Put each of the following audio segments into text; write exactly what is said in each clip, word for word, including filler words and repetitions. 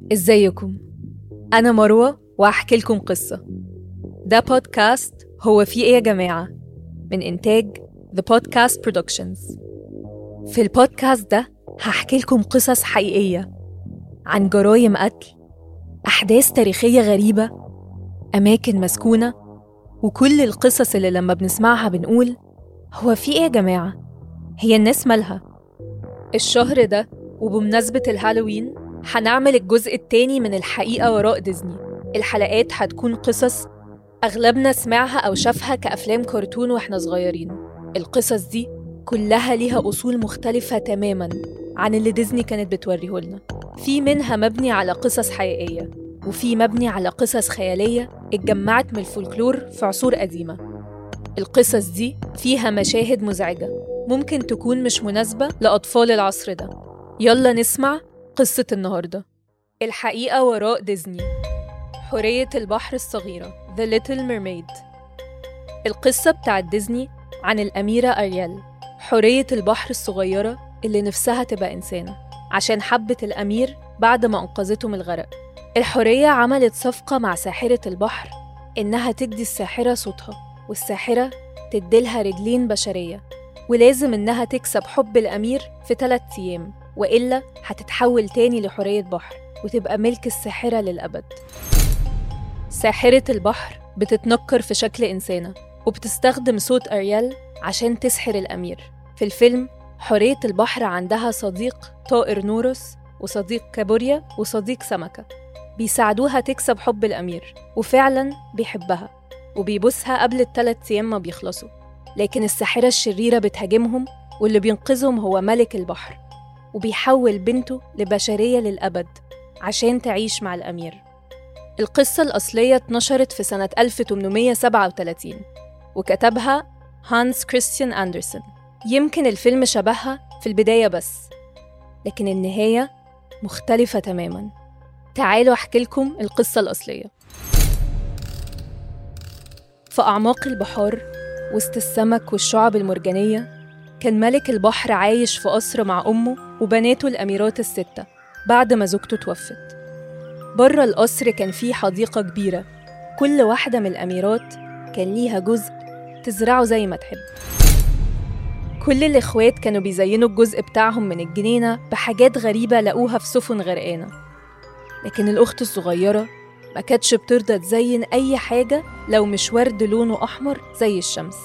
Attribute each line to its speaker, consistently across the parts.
Speaker 1: ازيكم؟ أنا مروة وهحكي لكم قصة. ده بودكاست هو في إيه يا جماعة؟ من إنتاج The Podcast Productions. في البودكاست ده هحكي لكم قصص حقيقية عن جرايم قتل، أحداث تاريخية غريبة، أماكن مسكونة، وكل القصص اللي لما بنسمعها بنقول هو في إيه يا جماعة؟ هي الناس مالها؟ الشهر ده وبمناسبة الهالوين هنعمل الجزء التاني من الحقيقة وراء ديزني. الحلقات هتكون قصص أغلبنا سمعها أو شافها كأفلام كرتون وإحنا صغيرين. القصص دي كلها ليها أصول مختلفة تماماً عن اللي ديزني كانت بتوريه لنا. في منها مبني على قصص حقيقية، وفي مبني على قصص خيالية اتجمعت من الفولكلور في عصور قديمة. القصص دي فيها مشاهد مزعجة ممكن تكون مش مناسبة لأطفال العصر ده. يلا نسمع قصة النهاردة. الحقيقة وراء ديزني. حورية البحر الصغيرة The Little Mermaid. القصة بتاعت ديزني عن الأميرة أريال، حورية البحر الصغيرة اللي نفسها تبقى إنسانة عشان حبت الأمير بعد ما أنقذته من الغرق. الحورية عملت صفقة مع ساحرة البحر إنها تدي الساحرة صوتها، والساحرة تديلها رجلين بشرية، ولازم إنها تكسب حب الأمير في ثلاث أيام، وإلا هتتحول تاني لحورية بحر وتبقى ملك الساحرة للأبد. ساحرة البحر بتتنكر في شكل إنسانة وبتستخدم صوت أريال عشان تسحر الأمير. في الفيلم حورية البحر عندها صديق طائر نورس، وصديق كابوريا، وصديق سمكة بيساعدوها تكسب حب الأمير، وفعلاً بيحبها وبيبوسها قبل الثلاث أيام ما بيخلصوا. لكن الساحرة الشريرة بتهاجمهم، واللي بينقذهم هو ملك البحر، وبيحول بنته لبشرية للأبد عشان تعيش مع الأمير. القصة الأصلية اتنشرت في سنة ألف وثمانمائة وسبعة وثلاثين وكتبها هانس كريستيان أندرسون. يمكن الفيلم شبهها في البداية بس، لكن النهاية مختلفة تماماً. تعالوا أحكي لكم القصة الأصلية. في أعماق البحار وسط السمك والشعب المرجانية كان ملك البحر عايش في قصر مع أمه وبناته الأميرات الستة بعد ما زوجته توفت. بره القصر كان فيه حديقة كبيرة، كل واحدة من الأميرات كان ليها جزء تزرعه زي ما تحب. كل الإخوات كانوا بيزينوا الجزء بتاعهم من الجنينة بحاجات غريبة لقوها في سفن غرقانة، لكن الأخت الصغيرة ما كانتش بترضى تزين أي حاجة لو مش ورد لونه أحمر زي الشمس.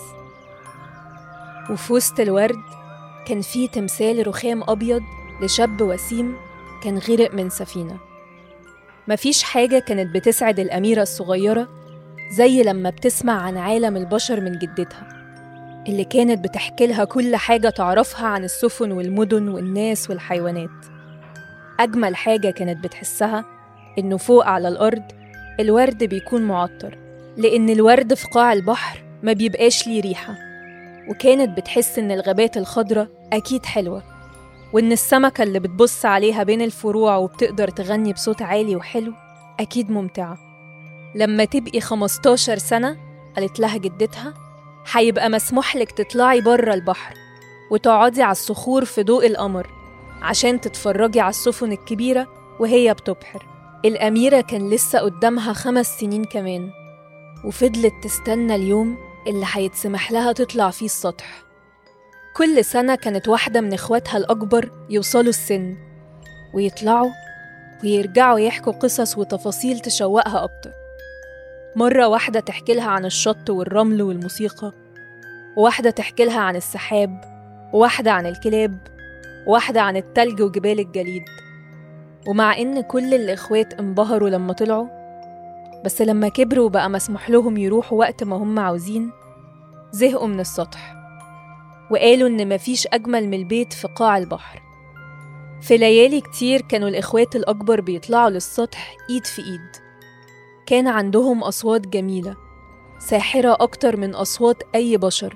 Speaker 1: وفي وسط الورد كان فيه تمثال رخام أبيض لشاب وسيم كان غرق من سفينة. مفيش حاجة كانت بتسعد الأميرة الصغيرة زي لما بتسمع عن عالم البشر من جدتها، اللي كانت بتحكي لها كل حاجة تعرفها عن السفن والمدن والناس والحيوانات. أجمل حاجة كانت بتحسها إنه فوق على الأرض الورد بيكون معطر، لأن الورد في قاع البحر ما بيبقاش ليه ريحة. وكانت بتحس إن الغابات الخضرة أكيد حلوة، وإن السمكة اللي بتبص عليها بين الفروع وبتقدر تغني بصوت عالي وحلو أكيد ممتعة. لما تبقي خمستاشر سنة، قالت لها جدتها، هيبقى مسموح لك تطلعي بره البحر وتقعدي على الصخور في ضوء القمر عشان تتفرجي على السفن الكبيرة وهي بتبحر. الأميرة كان لسه قدامها خمس سنين كمان، وفضلت تستنى اليوم اللي هيتسمح لها تطلع فيه السطح. كل سنة كانت واحدة من إخواتها الأكبر يوصلوا السن ويطلعوا ويرجعوا يحكوا قصص وتفاصيل تشوقها أكتر. مرة واحدة تحكي لها عن الشط والرمل والموسيقى، وواحدة تحكي لها عن السحاب، وواحدة عن الكلاب، وواحدة عن التلج وجبال الجليد. ومع إن كل الإخوات انبهروا لما طلعوا، بس لما كبروا بقى مسموح لهم يروحوا وقت ما هم عاوزين، زهقوا من السطح وقالوا إن مفيش أجمل من البيت في قاع البحر. في ليالي كتير كانوا الإخوات الأكبر بيطلعوا للسطح إيد في إيد. كان عندهم أصوات جميلة ساحرة أكتر من أصوات أي بشر،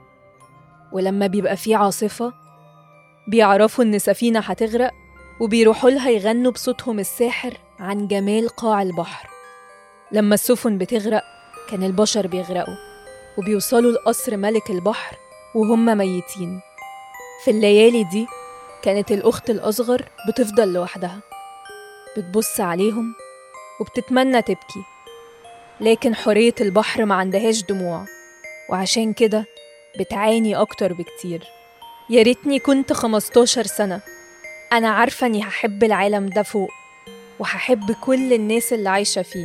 Speaker 1: ولما بيبقى في عاصفة بيعرفوا إن سفينة هتغرق وبيروحوا لها يغنوا بصوتهم الساحر عن جمال قاع البحر. لما السفن بتغرق كان البشر بيغرقوا وبيوصلوا لقصر ملك البحر وهم ميتين. في الليالي دي كانت الأخت الأصغر بتفضل لوحدها، بتبص عليهم وبتتمنى تبكي، لكن حورية البحر ما عندهاش دموع، وعشان كده بتعاني أكتر بكتير. يا ريتني كنت خمستاشر سنة، أنا عارفة إني هحب العالم ده فوق، وهحب كل الناس اللي عايشة فيه.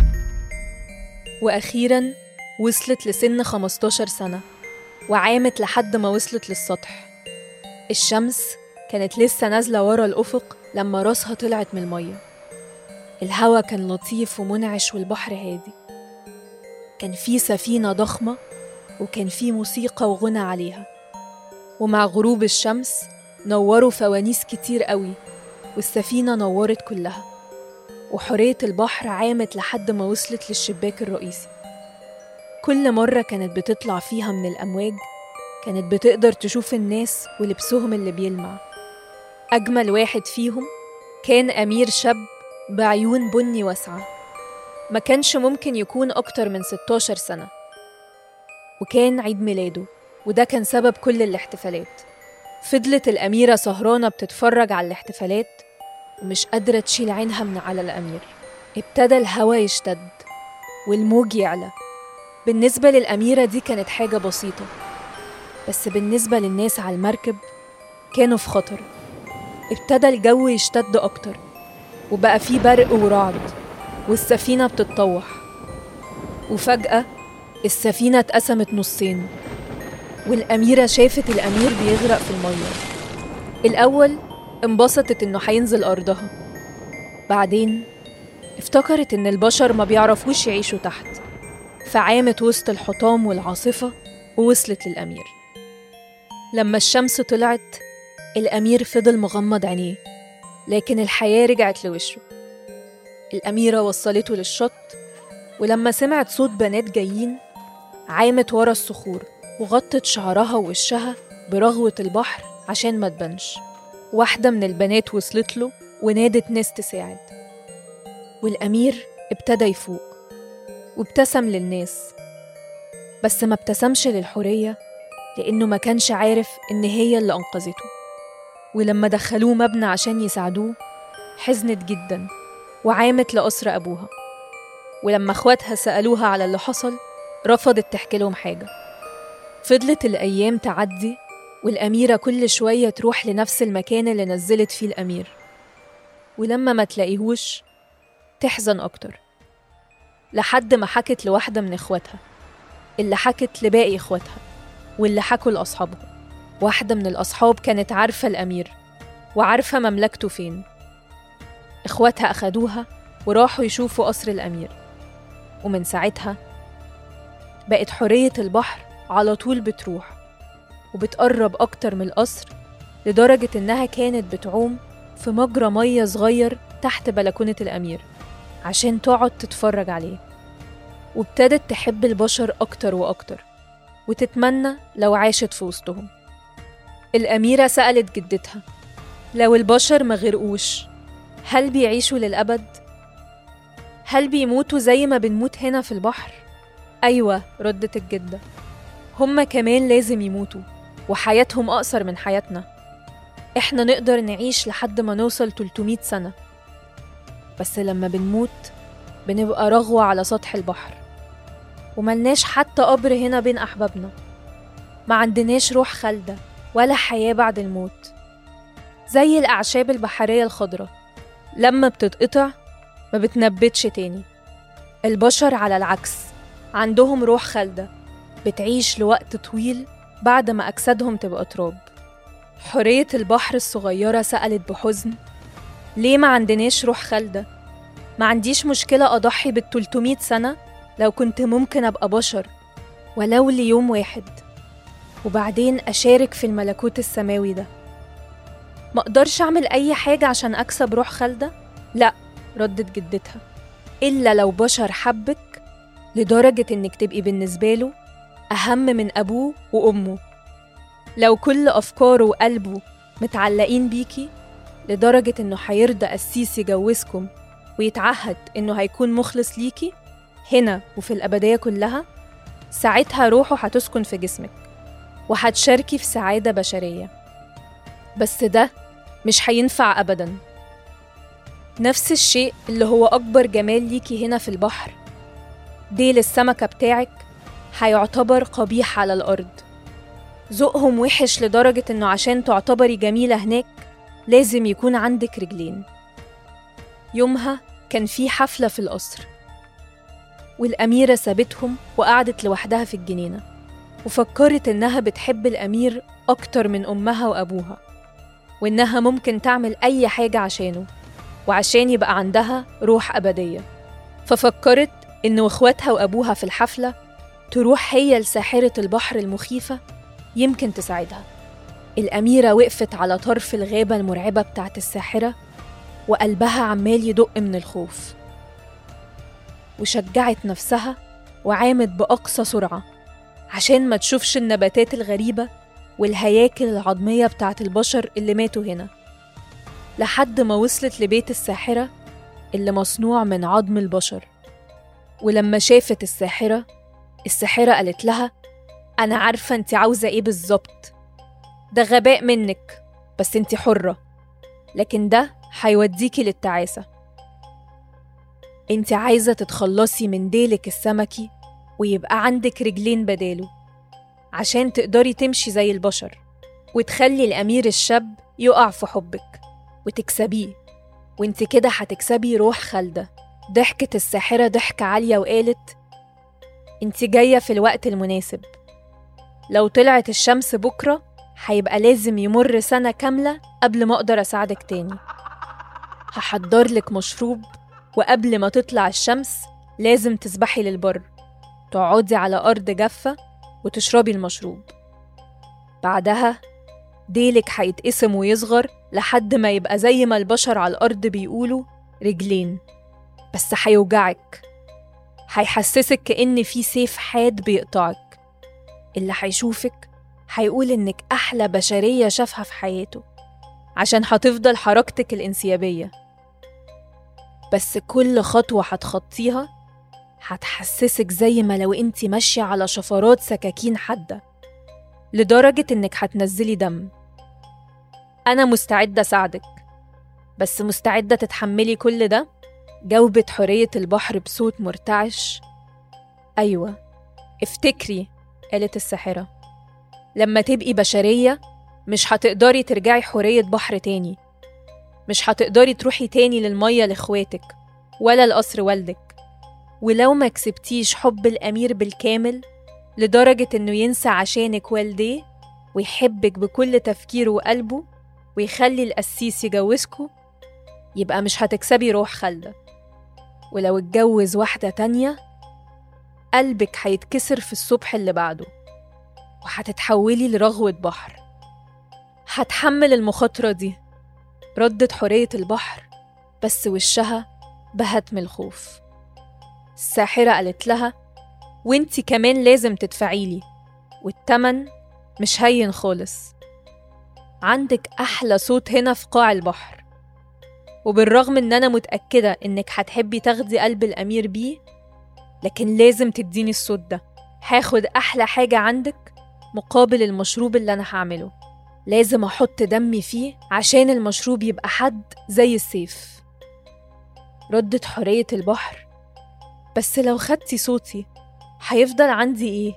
Speaker 1: وأخيراً وصلت لسن خمستاشر سنة، وعامت لحد ما وصلت للسطح. الشمس كانت لسه نازلة ورا الأفق لما راسها طلعت من المية. الهوا كان لطيف ومنعش والبحر هادي. كان في سفينة ضخمة وكان في موسيقى وغنى عليها، ومع غروب الشمس نوروا فوانيس كتير قوي، والسفينة نورت كلها. وحورية البحر عامت لحد ما وصلت للشباك الرئيسي. كل مرة كانت بتطلع فيها من الأمواج كانت بتقدر تشوف الناس ولبسهم اللي بيلمع. أجمل واحد فيهم كان أمير شاب بعيون بني واسعة، ما كانش ممكن يكون أكتر من ستاشر سنة، وكان عيد ميلاده، وده كان سبب كل الاحتفالات. فضلت الأميرة سهرانة بتتفرج على الاحتفالات ومش قادرة تشيل عينها من على الأمير. ابتدى الهوا يشتد والموج يعلى. بالنسبة للأميرة دي كانت حاجة بسيطة، بس بالنسبة للناس على المركب كانوا في خطر. ابتدى الجو يشتد أكتر، وبقى فيه برق ورعد، والسفينة بتتطوح. وفجأة السفينة اتقسمت نصين، والأميرة شافت الأمير بيغرق في المية. الأول انبسطت إنه هينزل أرضها، بعدين افتكرت إن البشر ما بيعرفوش يعيشوا تحت، فعامت وسط الحطام والعاصفة ووصلت للأمير. لما الشمس طلعت الأمير فضل مغمض عينيه، لكن الحياة رجعت لوشه. الأميرة وصلته للشط، ولما سمعت صوت بنات جايين عامت ورا الصخور وغطت شعرها ووشها برغوة البحر عشان ما تبانش. واحدة من البنات وصلت له ونادت ناس تساعد، والأمير ابتدى يفوق وابتسم للناس، بس ما ابتسمش للحورية لأنه ما كانش عارف إن هي اللي أنقذته. ولما دخلوه مبنى عشان يساعدوه حزنت جدا وعامت لقصر أبوها، ولما أخواتها سألوها على اللي حصل رفضت تحكي لهم حاجة. فضلت الأيام تعدي، والأميرة كل شوية تروح لنفس المكان اللي نزلت فيه الأمير، ولما ما تلاقيهوش تحزن أكتر، لحد ما حكت لواحدة من إخواتها، اللي حكت لباقي إخواتها، واللي حكوا لأصحابهم. واحدة من الأصحاب كانت عارفة الأمير وعارفة مملكته فين. إخواتها أخدوها وراحوا يشوفوا قصر الأمير، ومن ساعتها بقت حورية البحر على طول بتروح وبتقرب أكتر من القصر، لدرجة إنها كانت بتعوم في مجرى مية صغير تحت بلكونة الأمير عشان تقعد تتفرج عليه. وابتدت تحب البشر أكتر وأكتر وتتمنى لو عاشت في وسطهم. الأميرة سألت جدتها، لو البشر ما غرقوش هل بيعيشوا للأبد؟ هل بيموتوا زي ما بنموت هنا في البحر؟ أيوة، ردت الجدة، هما كمان لازم يموتوا، وحياتهم أقصر من حياتنا. إحنا نقدر نعيش لحد ما نوصل تلتمية سنة، بس لما بنموت بنبقى رغوة على سطح البحر، وملناش حتى قبر هنا بين أحبابنا. ما عندناش روح خالدة ولا حياة بعد الموت، زي الأعشاب البحرية الخضراء، لما بتتقطع ما بتنبتش تاني. البشر على العكس عندهم روح خالدة بتعيش لوقت طويل بعد ما أجسادهم تبقى تراب. حورية البحر الصغيرة سألت بحزن، ليه ما عندناش روح خالدة؟ ما عنديش مشكلة أضحي بالتلتمية سنة لو كنت ممكن أبقى بشر ولو ليوم واحد، وبعدين أشارك في الملكوت السماوي ده. ما أقدرش أعمل أي حاجة عشان أكسب روح خالدة؟ لا، ردت جدتها، إلا لو بشر حبك لدرجة إنك تبقي بالنسبة له أهم من أبوه وأمه، لو كل أفكاره وقلبه متعلقين بيكي لدرجة إنه هيرضى قسيس يجوزكم ويتعهد إنه هيكون مخلص ليكي هنا وفي الأبدية كلها، ساعتها روحه هتسكن في جسمك وهتشاركي في سعادة بشرية. بس ده مش هينفع أبداً. نفس الشيء اللي هو أكبر جمال ليكي هنا في البحر، ديل السمكة بتاعك هيعتبر قبيح على الأرض. ذوقهم وحش لدرجة إنه عشان تعتبري جميلة هناك لازم يكون عندك رجلين. يومها كان في حفلة في القصر، والأميرة سابتهم وقعدت لوحدها في الجنينة، وفكرت إنها بتحب الأمير أكتر من أمها وأبوها، وإنها ممكن تعمل أي حاجة عشانه وعشان يبقى عندها روح أبدية. ففكرت إنه إخواتها وأبوها في الحفلة تروح هي لساحرة البحر المخيفة يمكن تساعدها. الأميرة وقفت على طرف الغابة المرعبة بتاعت الساحرة وقلبها عمال يدق من الخوف، وشجعت نفسها وعامت بأقصى سرعة عشان ما تشوفش النباتات الغريبة والهياكل العظمية بتاعت البشر اللي ماتوا هنا، لحد ما وصلت لبيت الساحرة اللي مصنوع من عظم البشر. ولما شافت الساحرة، الساحرة قالت لها: أنا عارفة أنت عاوزة إيه بالظبط، ده غباء منك بس أنت حرة، لكن ده هيوديكي للتعاسة. أنت عايزة تتخلصي من ديلك السمكي ويبقى عندك رجلين بداله عشان تقدري تمشي زي البشر، وتخلي الأمير الشاب يقع في حبك وتكسبيه، وانت كده هتكسبي روح خالدة. ضحكت الساحرة ضحكة عالية وقالت: انت جاية في الوقت المناسب، لو طلعت الشمس بكرة هيبقى لازم يمر سنة كاملة قبل ما أقدر أساعدك تاني. هحضرلك مشروب، وقبل ما تطلع الشمس لازم تسبحي للبر، تقعدي على أرض جافة وتشربي المشروب. بعدها ديلك هيتقسم ويصغر لحد ما يبقى زي ما البشر على الأرض بيقولوا رجلين، بس هيوجعك، هيحسسك كأن في سيف حاد بيقطعك. اللي هيشوفك هيقول إنك أحلى بشرية شافها في حياته، عشان هتفضل حركتك الانسيابية، بس كل خطوة هتخطيها هتحسسك زي ما لو انتي ماشية على شفرات سكاكين حادة، لدرجة إنك هتنزلي دم. أنا مستعدة أساعدك، بس مستعدة تتحملي كل ده؟ جاوبت حورية البحر بصوت مرتعش. أيوة، افتكري، قالت الساحرة، لما تبقي بشرية مش هتقدري ترجعي حورية بحر تاني، مش هتقدري تروحي تاني للمية لإخواتك ولا لقصر والدك، ولو ما كسبتيش حب الأمير بالكامل لدرجة إنه ينسى عشانك والديه ويحبك بكل تفكيره وقلبه ويخلي القسيس يجوزكوا، يبقى مش هتكسبي روح خالدة. ولو اتجوز واحدة تانية قلبك هيتكسر في الصبح اللي بعده وهتتحولي لرغوة بحر. هتحمل المخاطرة دي، ردت حورية البحر، بس وشها بهت من الخوف. الساحرة قالت لها: وانتي كمان لازم تدفعيلي، والتمن مش هين خالص. عندك أحلى صوت هنا في قاع البحر، وبالرغم إن أنا متأكدة إنك هتحبي تاخدي قلب الأمير بيه، لكن لازم تديني الصوت ده. هاخد أحلى حاجة عندك مقابل المشروب اللي أنا هعمله، لازم أحط دمي فيه عشان المشروب يبقى حد زي السيف. ردت حورية البحر: بس لو خدتي صوتي هيفضل عندي إيه؟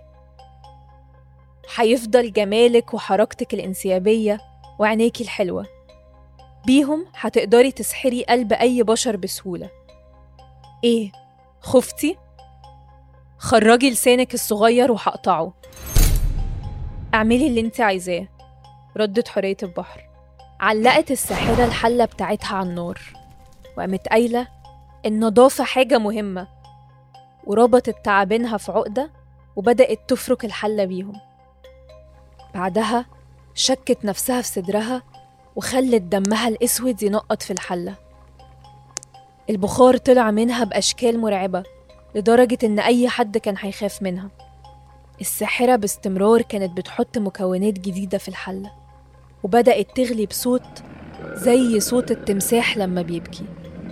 Speaker 1: هيفضل جمالك وحركتك الانسيابية وعينيكي الحلوة، بيهم هتقدري تسحري قلب أي بشر بسهولة. إيه؟ خفتي؟ خرجي لسانك الصغير وهقطعه. اعملي اللي انت عايزاه، ردت حورية البحر. علقت الساحرة الحلة بتاعتها على النار وقامت قايلة: النظافة حاجة مهمة، وربطت تعابينها في عقدة وبدأت تفرك الحلة بيهم. بعدها شكت نفسها في صدرها وخلت دمها الأسود ينقط في الحلة. البخار طلع منها بأشكال مرعبة لدرجة إن أي حد كان هيخاف منها. الساحرة باستمرار كانت بتحط مكونات جديدة في الحلة، وبدأت تغلي بصوت زي صوت التمساح لما بيبكي.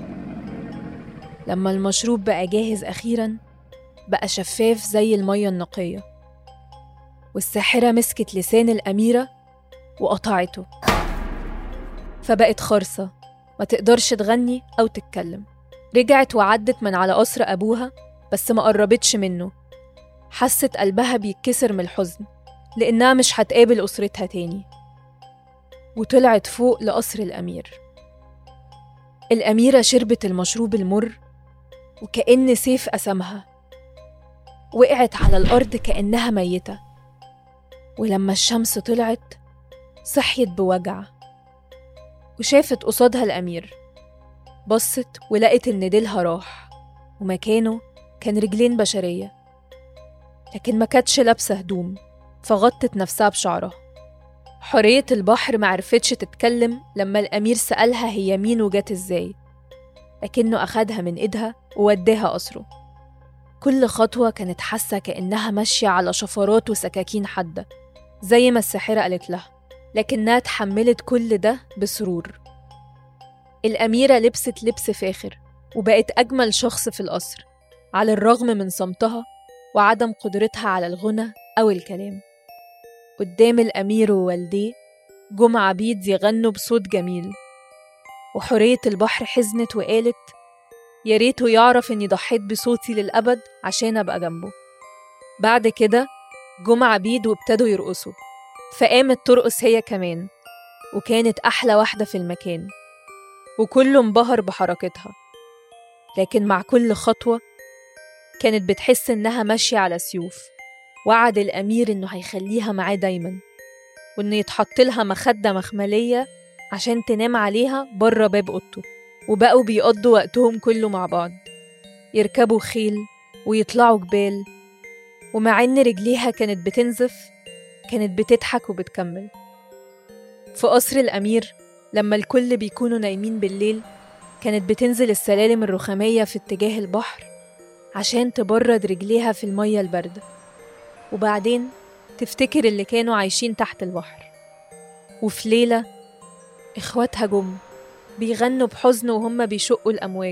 Speaker 1: لما المشروب بقى جاهز أخيراً بقى شفاف زي المية النقية، والساحرة مسكت لسان الأميرة وقطعته، فبقت خرصة ما تقدرش تغني أو تتكلم. رجعت وعدت من على قصر أبوها بس ما قربتش منه. حست قلبها بيتكسر من الحزن لأنها مش هتقابل أسرتها تاني. وطلعت فوق لقصر الأمير. الأميرة شربت المشروب المر وكأن سيف قسمها. وقعت على الأرض كأنها ميتة. ولما الشمس طلعت صحيت بوجع وشافت قصادها الأمير. بصت ولقت إن ديلها راح ومكانه كان رجلين بشرية، لكن ما كانتش لابسة هدوم فغطت نفسها بشعرها. حورية البحر معرفتش تتكلم لما الأمير سألها هي مين وجات إزاي، لكنه أخدها من إيدها ووداها قصره. كل خطوة كانت حاسة كأنها ماشية على شفرات وسكاكين حادة زي ما الساحرة قالت لها، لكنها تحملت كل ده بسرور. الأميرة لبست لبس فاخر وبقت أجمل شخص في القصر على الرغم من صمتها وعدم قدرتها على الغنى أو الكلام. قدام الأمير ووالديه جم عبيد يغنوا بصوت جميل، وحورية البحر حزنت وقالت يا ريته يعرف إني ضحيت بصوتي للأبد عشان أبقى جنبه. بعد كده جم عبيد وابتدوا يرقصوا، فقامت ترقص هي كمان، وكانت أحلى واحدة في المكان وكله انبهر بحركتها. لكن مع كل خطوة كانت بتحس إنها ماشية على سيوف. وعد الأمير إنه هيخليها معاه دايما، وإنه يتحط لها مخدة مخملية عشان تنام عليها بره باب أوضته. وبقوا بيقضوا وقتهم كله مع بعض، يركبوا خيل ويطلعوا جبال، ومع إن رجليها كانت بتنزف كانت بتضحك وبتكمل. في قصر الأمير لما الكل بيكونوا نايمين بالليل كانت بتنزل السلالم الرخامية في اتجاه البحر عشان تبرد رجليها في المية الباردة، وبعدين تفتكر اللي كانوا عايشين تحت البحر. وفي ليلة إخواتها جم بيغنوا بحزن وهم بيشقوا الأمواج.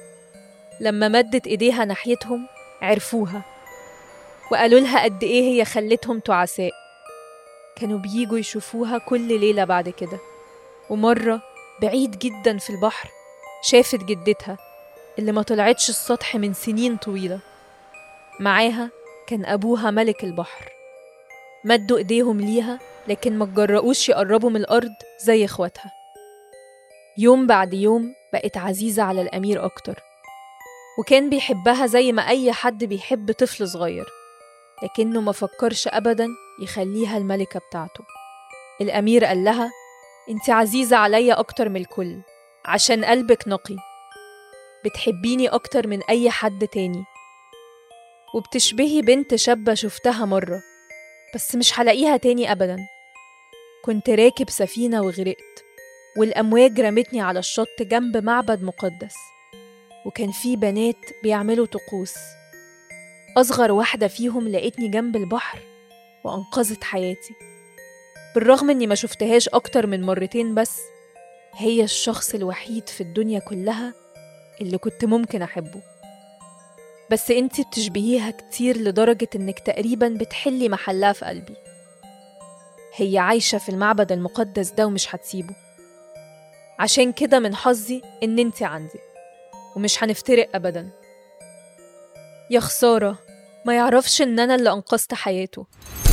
Speaker 1: لما مدت إيديها ناحيتهم عرفوها وقالوا لها قد إيه هي خلتهم تعساء. كانوا بييجوا يشوفوها كل ليلة بعد كده. ومرة بعيد جدا في البحر شافت جدتها اللي ما طلعتش السطح من سنين طويلة. معاها كان أبوها ملك البحر. مدوا إيديهم ليها لكن ما تجرؤوش يقربوا من الأرض زي إخواتها. يوم بعد يوم بقت عزيزة على الأمير أكتر، وكان بيحبها زي ما أي حد بيحب طفل صغير، لكنه ما فكرش أبدا يخليها الملكة بتاعته. الأمير قال لها انت عزيزة عليا أكتر من الكل عشان قلبك نقي، بتحبيني أكتر من أي حد تاني، وبتشبهي بنت شابة شفتها مرة بس مش هلاقيها تاني أبدا. كنت راكب سفينة وغرقت، والأمواج رمتني على الشط جنب معبد مقدس، وكان في بنات بيعملوا طقوس. أصغر واحدة فيهم لقيتني جنب البحر وأنقذت حياتي. بالرغم إني ما شفتهاش أكتر من مرتين، بس هي الشخص الوحيد في الدنيا كلها اللي كنت ممكن أحبه. بس انتي بتشبهيها كتير لدرجة إنك تقريبا بتحلي محلها في قلبي. هي عايشة في المعبد المقدس ده ومش هتسيبه، عشان كده من حظي إن انتي عندي ومش هنفترق أبدا. يا خسارة ما يعرفش إن أنا اللي أنقذت حياته.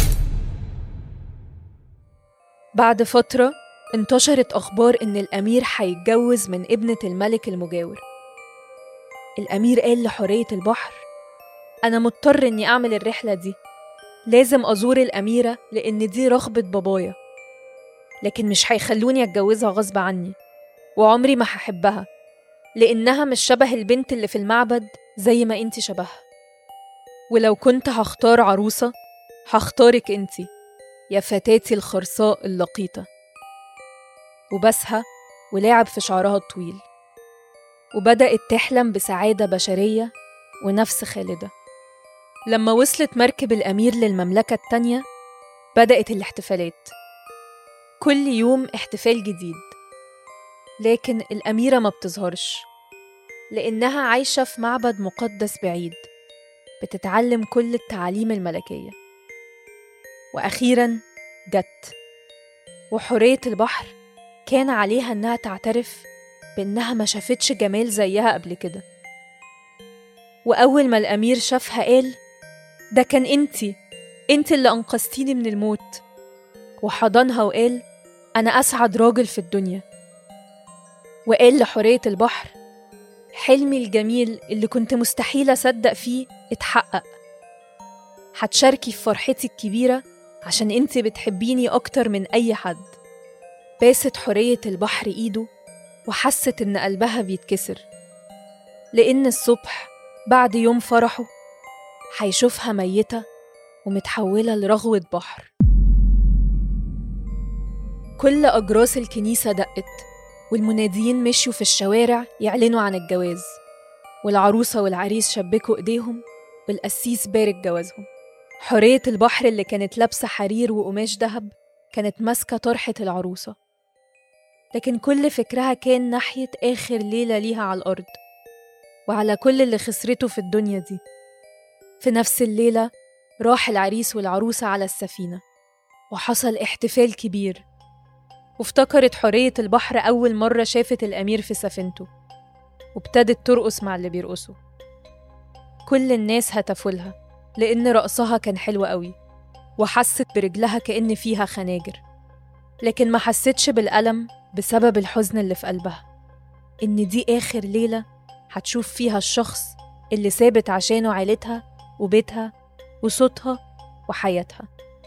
Speaker 1: بعد فترة انتشرت أخبار إن الأمير هيتجوز من ابنة الملك المجاور. الأمير قال لحورية البحر أنا مضطر إني أعمل الرحلة دي، لازم أزور الأميرة لأن دي رغبة بابايا، لكن مش هيخلوني أتجوزها غصب عني، وعمري ما هحبها لأنها مش شبه البنت اللي في المعبد زي ما انتي شبهها. ولو كنت هختار عروسة هختارك انتي يا فتاتي الخرصاء اللقيطة. وبسها ولعب في شعرها الطويل، وبدأت تحلم بسعادة بشرية ونفس خالدة. لما وصلت مركب الأمير للمملكة التانية بدأت الاحتفالات، كل يوم احتفال جديد. لكن الأميرة ما بتظهرش لأنها عايشة في معبد مقدس بعيد بتتعلم كل التعاليم الملكية. وأخيراً جت، وحورية البحر كان عليها أنها تعترف بإنها ما شافتش جمال زيها قبل كده. وأول ما الأمير شافها قال: ده كان انتي انتي اللي أنقذتيني من الموت. وحضنها وقال: أنا أسعد راجل في الدنيا. وقال لحورية البحر: حلمي الجميل اللي كنت مستحيل أصدق فيه اتحقق. هتشاركي في فرحتي الكبيرة عشان انتي بتحبيني أكتر من أي حد. باست حورية البحر إيده وحست إن قلبها بيتكسر، لأن الصبح بعد يوم فرحه هيشوفها ميتة ومتحولة لرغوة بحر. كل أجراس الكنيسة دقت، والمناديين مشوا في الشوارع يعلنوا عن الجواز، والعروسة والعريس شبكوا إيديهم والقسيس بارك جوازهم. حورية البحر اللي كانت لابسة حرير وقماش دهب كانت ماسكة طرحة العروسة، لكن كل فكرها كان ناحية آخر ليلة ليها على الأرض وعلى كل اللي خسرته في الدنيا دي. في نفس الليلة راح العريس والعروسة على السفينة وحصل احتفال كبير، وافتكرت حورية البحر أول مرة شافت الأمير في سفينته، وابتدت ترقص مع اللي بيرقصوا. كل الناس هتفولها لأن رقصها كان حلو قوي، وحست برجلها كأن فيها خناجر، لكن ما حستش بالألم بسبب الحزن اللي في قلبها، إن دي آخر ليلة هتشوف فيها الشخص اللي سابت عشانه عيلتها وبيتها وصوتها وحياتها.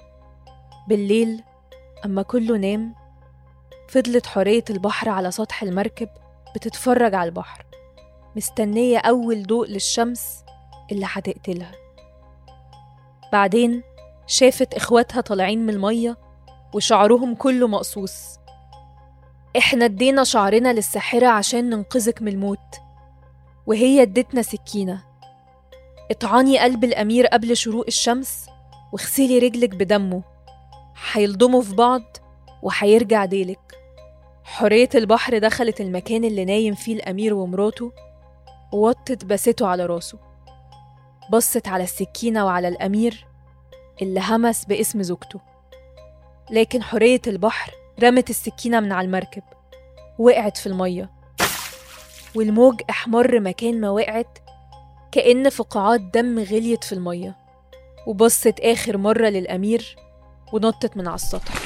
Speaker 1: بالليل أما كله نام، فضلت حورية البحر على سطح المركب بتتفرج على البحر، مستنية أول ضوء للشمس اللي هتقتلها. بعدين شافت إخواتها طالعين من المية وشعرهم كله مقصوص. إحنا ادينا شعرنا للساحرة عشان ننقذك من الموت، وهي ادتنا سكينة. اطعني قلب الأمير قبل شروق الشمس واغسلي رجلك بدمه، هيلضموا في بعض وهيرجع ديلك. حورية البحر دخلت المكان اللي نايم فيه الأمير ومراته ووطت بسته على راسه، بصت على السكينة وعلى الأمير اللي همس باسم زوجته. لكن حورية البحر رمت السكينة من على المركب، وقعت في المية، والموج احمر مكان ما وقعت كأن فقاعات دم غليت في المية. وبصت آخر مرة للأمير ونطت من على السطح،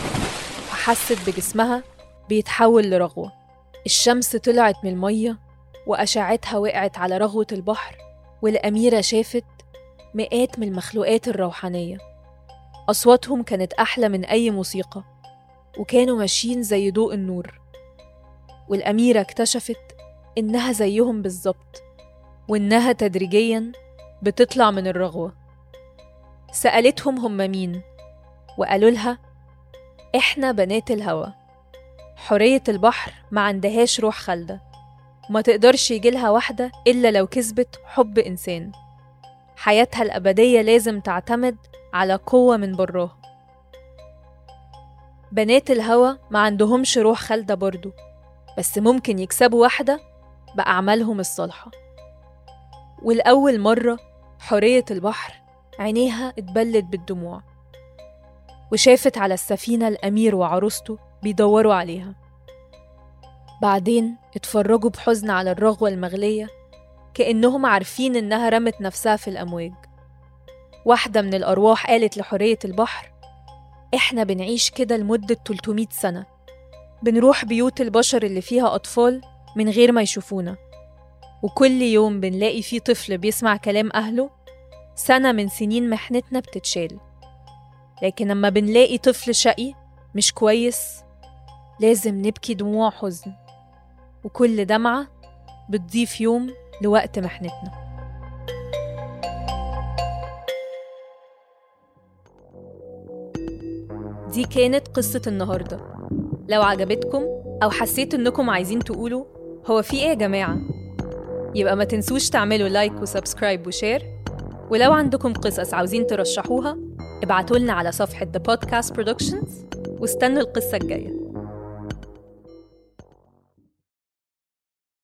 Speaker 1: وحست بجسمها بيتحول لرغوة. الشمس طلعت من المية وأشعتها وقعت على رغوة البحر، والأميرة شافت مئات من المخلوقات الروحانية، أصواتهم كانت أحلى من أي موسيقى، وكانوا ماشيين زي ضوء النور. والأميرة اكتشفت إنها زيهم بالظبط، وإنها تدريجياً بتطلع من الرغوة. سألتهم هم مين، وقالوا لها: إحنا بنات الهوى. حورية البحر ما عندهاش روح خالدة، وما تقدرش يجيلها واحدة إلا لو كسبت حب إنسان. حياتها الأبدية لازم تعتمد على قوة من براها. بنات الهوى ما عندهمش روح خالدة برضو، بس ممكن يكسبوا واحدة بأعمالهم الصالحة. والأول مرة حورية البحر عينيها اتبلت بالدموع، وشافت على السفينة الأمير وعروسته بيدوروا عليها. بعدين اتفرجوا بحزن على الرغوة المغلية كأنهم عارفين إنها رمت نفسها في الأمواج. واحدة من الأرواح قالت لحورية البحر: إحنا بنعيش كده لمدة ثلاثمائة سنة، بنروح بيوت البشر اللي فيها أطفال من غير ما يشوفونا، وكل يوم بنلاقي فيه طفل بيسمع كلام أهله. سنة من سنين محنتنا بتتشال، لكن لما بنلاقي طفل شقي مش كويس لازم نبكي دموع حزن، وكل دمعة بتضيف يوم لوقت محنتنا. دي كانت قصة النهاردة. لو عجبتكم أو حسيت إنكم عايزين تقولوا هو في إيه يا جماعة، يبقى ما تنسوش تعملوا لايك وسبسكرايب وشير. ولو عندكم قصص عاوزين ترشحوها ابعتولنا على صفحة The Podcast Productions، واستنوا القصة الجاية.